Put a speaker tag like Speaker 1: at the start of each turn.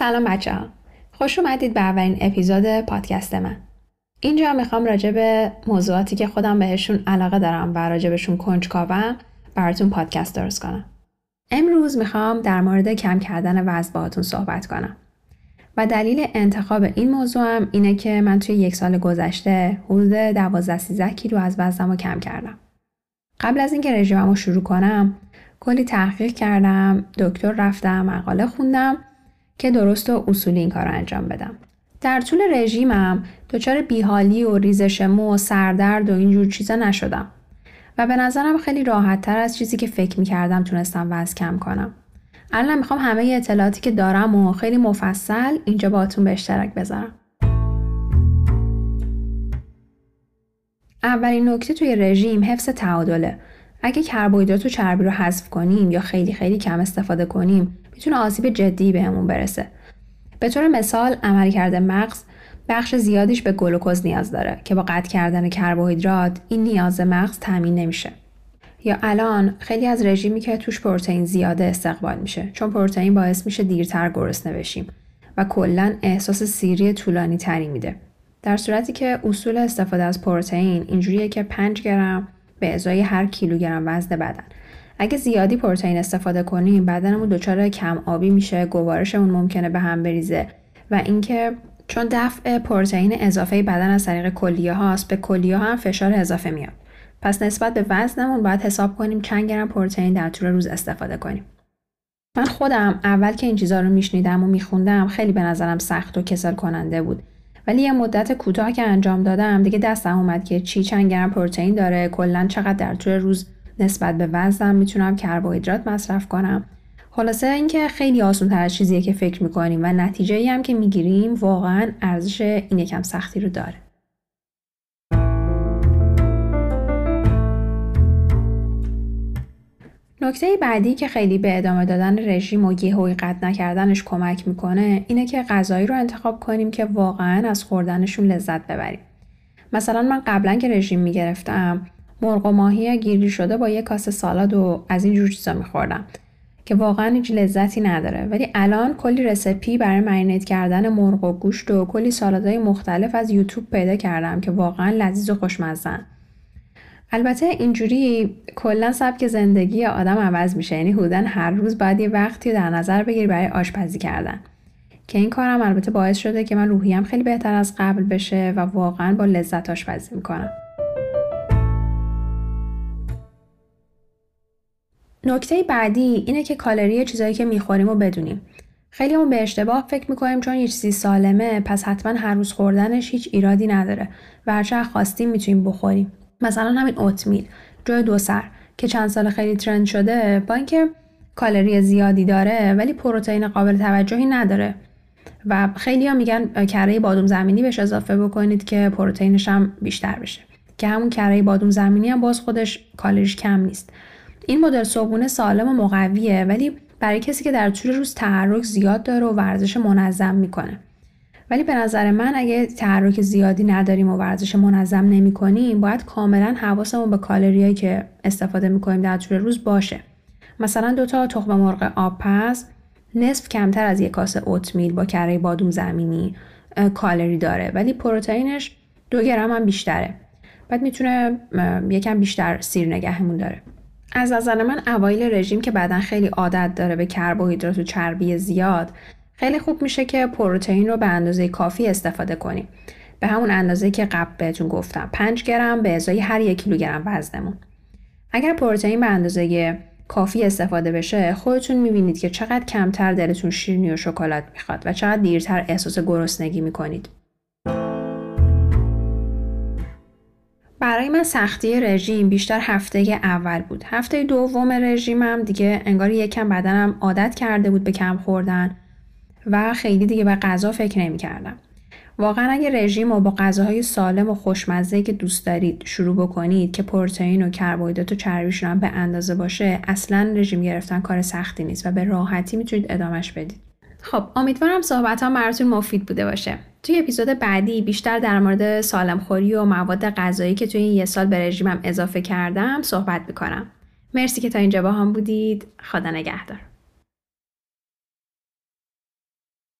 Speaker 1: سلام بچه‌ها. خوش اومدید به اولین اپیزود پادکست من. اینجا میخوام راجع به موضوعاتی که خودم بهشون علاقه دارم و راجع بهشون کنجکاوم براتون پادکست درست کنم. امروز میخوام در مورد کم کردن وزن باهاتون صحبت کنم. و دلیل انتخاب این موضوعم اینه که من توی 1 سال گذشته حدود 12-13 کیلو از وزنمو کم کردم. قبل از اینکه رژیممو شروع کنم کلی تحقیق کردم، دکتر رفتم، مقاله خوندم که درست و اصولی این کار رو انجام بدم. در طول رژیمم دچار بیحالی و ریزش مو و سردرد و اینجور چیزا نشدم و به نظرم خیلی راحت تر از چیزی که فکر می‌کردم تونستم وزن کم کنم. الان میخوام همه اطلاعاتی که دارم و خیلی مفصل اینجا باهاتون به اشتراک بذارم. اولین نکته توی رژیم حفظ تعادله. اگه کربوهیدرات و چربی رو حذف کنیم یا خیلی کم استفاده کنیم میتونه آسیب جدی بهمون برسه. به طور مثال عملکرد مغز بخش زیادیش به گلوکوز نیاز داره که با قطع کردن کربوهیدرات این نیاز مغز تامین نمیشه. یا الان خیلی از رژیمی که توش پروتئین زیاده استقبال میشه چون پروتئین باعث میشه دیرتر گرسنه بشیم و کلاً احساس سیری طولانی تری میده. در صورتی که اصول استفاده از پروتئین اینجوریه که 5 گرم به ازای هر کیلوگرم وزن بدن. اگه زیادی پروتئین استفاده کنیم بدنمون دچار کم آبی میشه، گوارشمون ممکنه به هم بریزه و اینکه چون دفع پروتئین اضافه بدن از طریق کلیه هاست به کلیه ها هم فشار اضافه میاد. پس نسبت به وزنمون باید حساب کنیم چند گرم پروتئین در طول روز استفاده کنیم. من خودم اول که این چیزا رو میشنیدم و میخوندم خیلی به نظرم سخت و کسل کننده بود. ولی یه مدت کوتاه که انجام دادم دیگه دستم اومد که چند گرم پروتئین داره، کلاً چقدر در طول روز نسبت به وزنم میتونم کربوهیدرات مصرف کنم. خلاصه اینکه خیلی آسان‌تر از چیزیه که فکر میکنیم و نتیجه‌ای هم که میگیریم واقعاً ارزش این یکم سختی رو داره. نکته بعدی که خیلی به ادامه دادن رژیم و یهویی قطع نکردنش کمک میکنه اینه که غذایی رو انتخاب کنیم که واقعاً از خوردنشون لذت ببریم. مثلا من قبلا که رژیم میگرفتم مرغ و ماهی گریل شده با یه کاسه سالاد و از این جور چیزا میخوردم که واقعاً هیچ لذتی نداره. ولی الان کلی رسیپی برای مرینیت کردن مرغ و گوشت و کلی سالادهای مختلف از یوتیوب پیدا کردم که واقعاً لذیذ و خوشمزه‌ان. البته اینجوری کلا سبک زندگی آدم عوض میشه، یعنی حدوداً هر روز باید یه وقتی در نظر بگیری برای آشپزی کردن که این کارم البته باعث شده که من روحیم خیلی بهتر از قبل بشه و واقعاً با لذت آشپزی میکنم. نکته بعدی اینه که کالری چیزایی که میخوریم رو بدونیم. خیلی همون به اشتباه فکر میکنیم چون یه چیزی سالمه پس حتما هر روز خوردنش هیچ ایرادی نداره و هر چقدر خواستیم میتونیم بخوریم. مثلا همین اوتمیل جای 2 سر که چند سال خیلی ترند شده با اینکه کالری زیادی داره ولی پروتئین قابل توجهی نداره و خیلی ها میگن کره بادام زمینی بهش اضافه بکنید که پروتئینش هم بیشتر بشه که همون کره بادام زمینی هم باز خودش کالریش کم نیست. این مدل صبحونه سالم و مقویه ولی برای کسی که در طول روز تحرک زیاد داره و ورزش منظم میکنه. ولی به نظر من اگه تحرک زیادی نداریم و ورزش منظم نمی کنیم باید کاملا حواسمون به کالریایی که استفاده میکنیم در طول روز باشه. مثلا 2 تا تخم مرغ آبپز نصف کمتر از 1 کاسه اوتمیل با کره بادام زمینی کالری داره ولی پروتئینش 2 گرم هم بیشتره. بعد میتونه یکم بیشتر سیر نگهمون داره. از نظر من اوایل رژیم که بدن خیلی عادت داره به کربوهیدرات و چربی زیاد خیلی خوب میشه که پروتئین رو به اندازه کافی استفاده کنیم. به همون اندازه که قبل بهتون گفتم 5 گرم به ازای هر 1 کیلوگرم وزنمون. اگر پروتئین به اندازه کافی استفاده بشه خودتون میبینید که چقدر کمتر دلتون شیرینی و شکلات میخواد و چقدر دیرتر احساس گرسنگی میکنید. برای من سختی رژیم بیشتر هفته اول بود. هفته دوم رژیمم دیگه انگار یکم بدنم عادت کرده بود به کم خوردن و خیلی دیگه به غذا فکر نمی‌کردم. واقعا اگه رژیم رو با غذاهای سالم و خوشمزه که دوست دارید شروع بکنید که پروتئین و کربوهیدرات و چربیشون هم به اندازه باشه اصلاً رژیم گرفتن کار سختی نیست و به راحتی میتونید ادامهش بدید. خب امیدوارم صحبتام براتون مفید بوده باشه. توی اپیزود بعدی بیشتر در مورد سالمخوری و مواد غذایی که توی این 1 سال به رژیمم اضافه کردم صحبت می‌کنم. مرسی که تا اینجا با هم بودید. خدا نگهدار.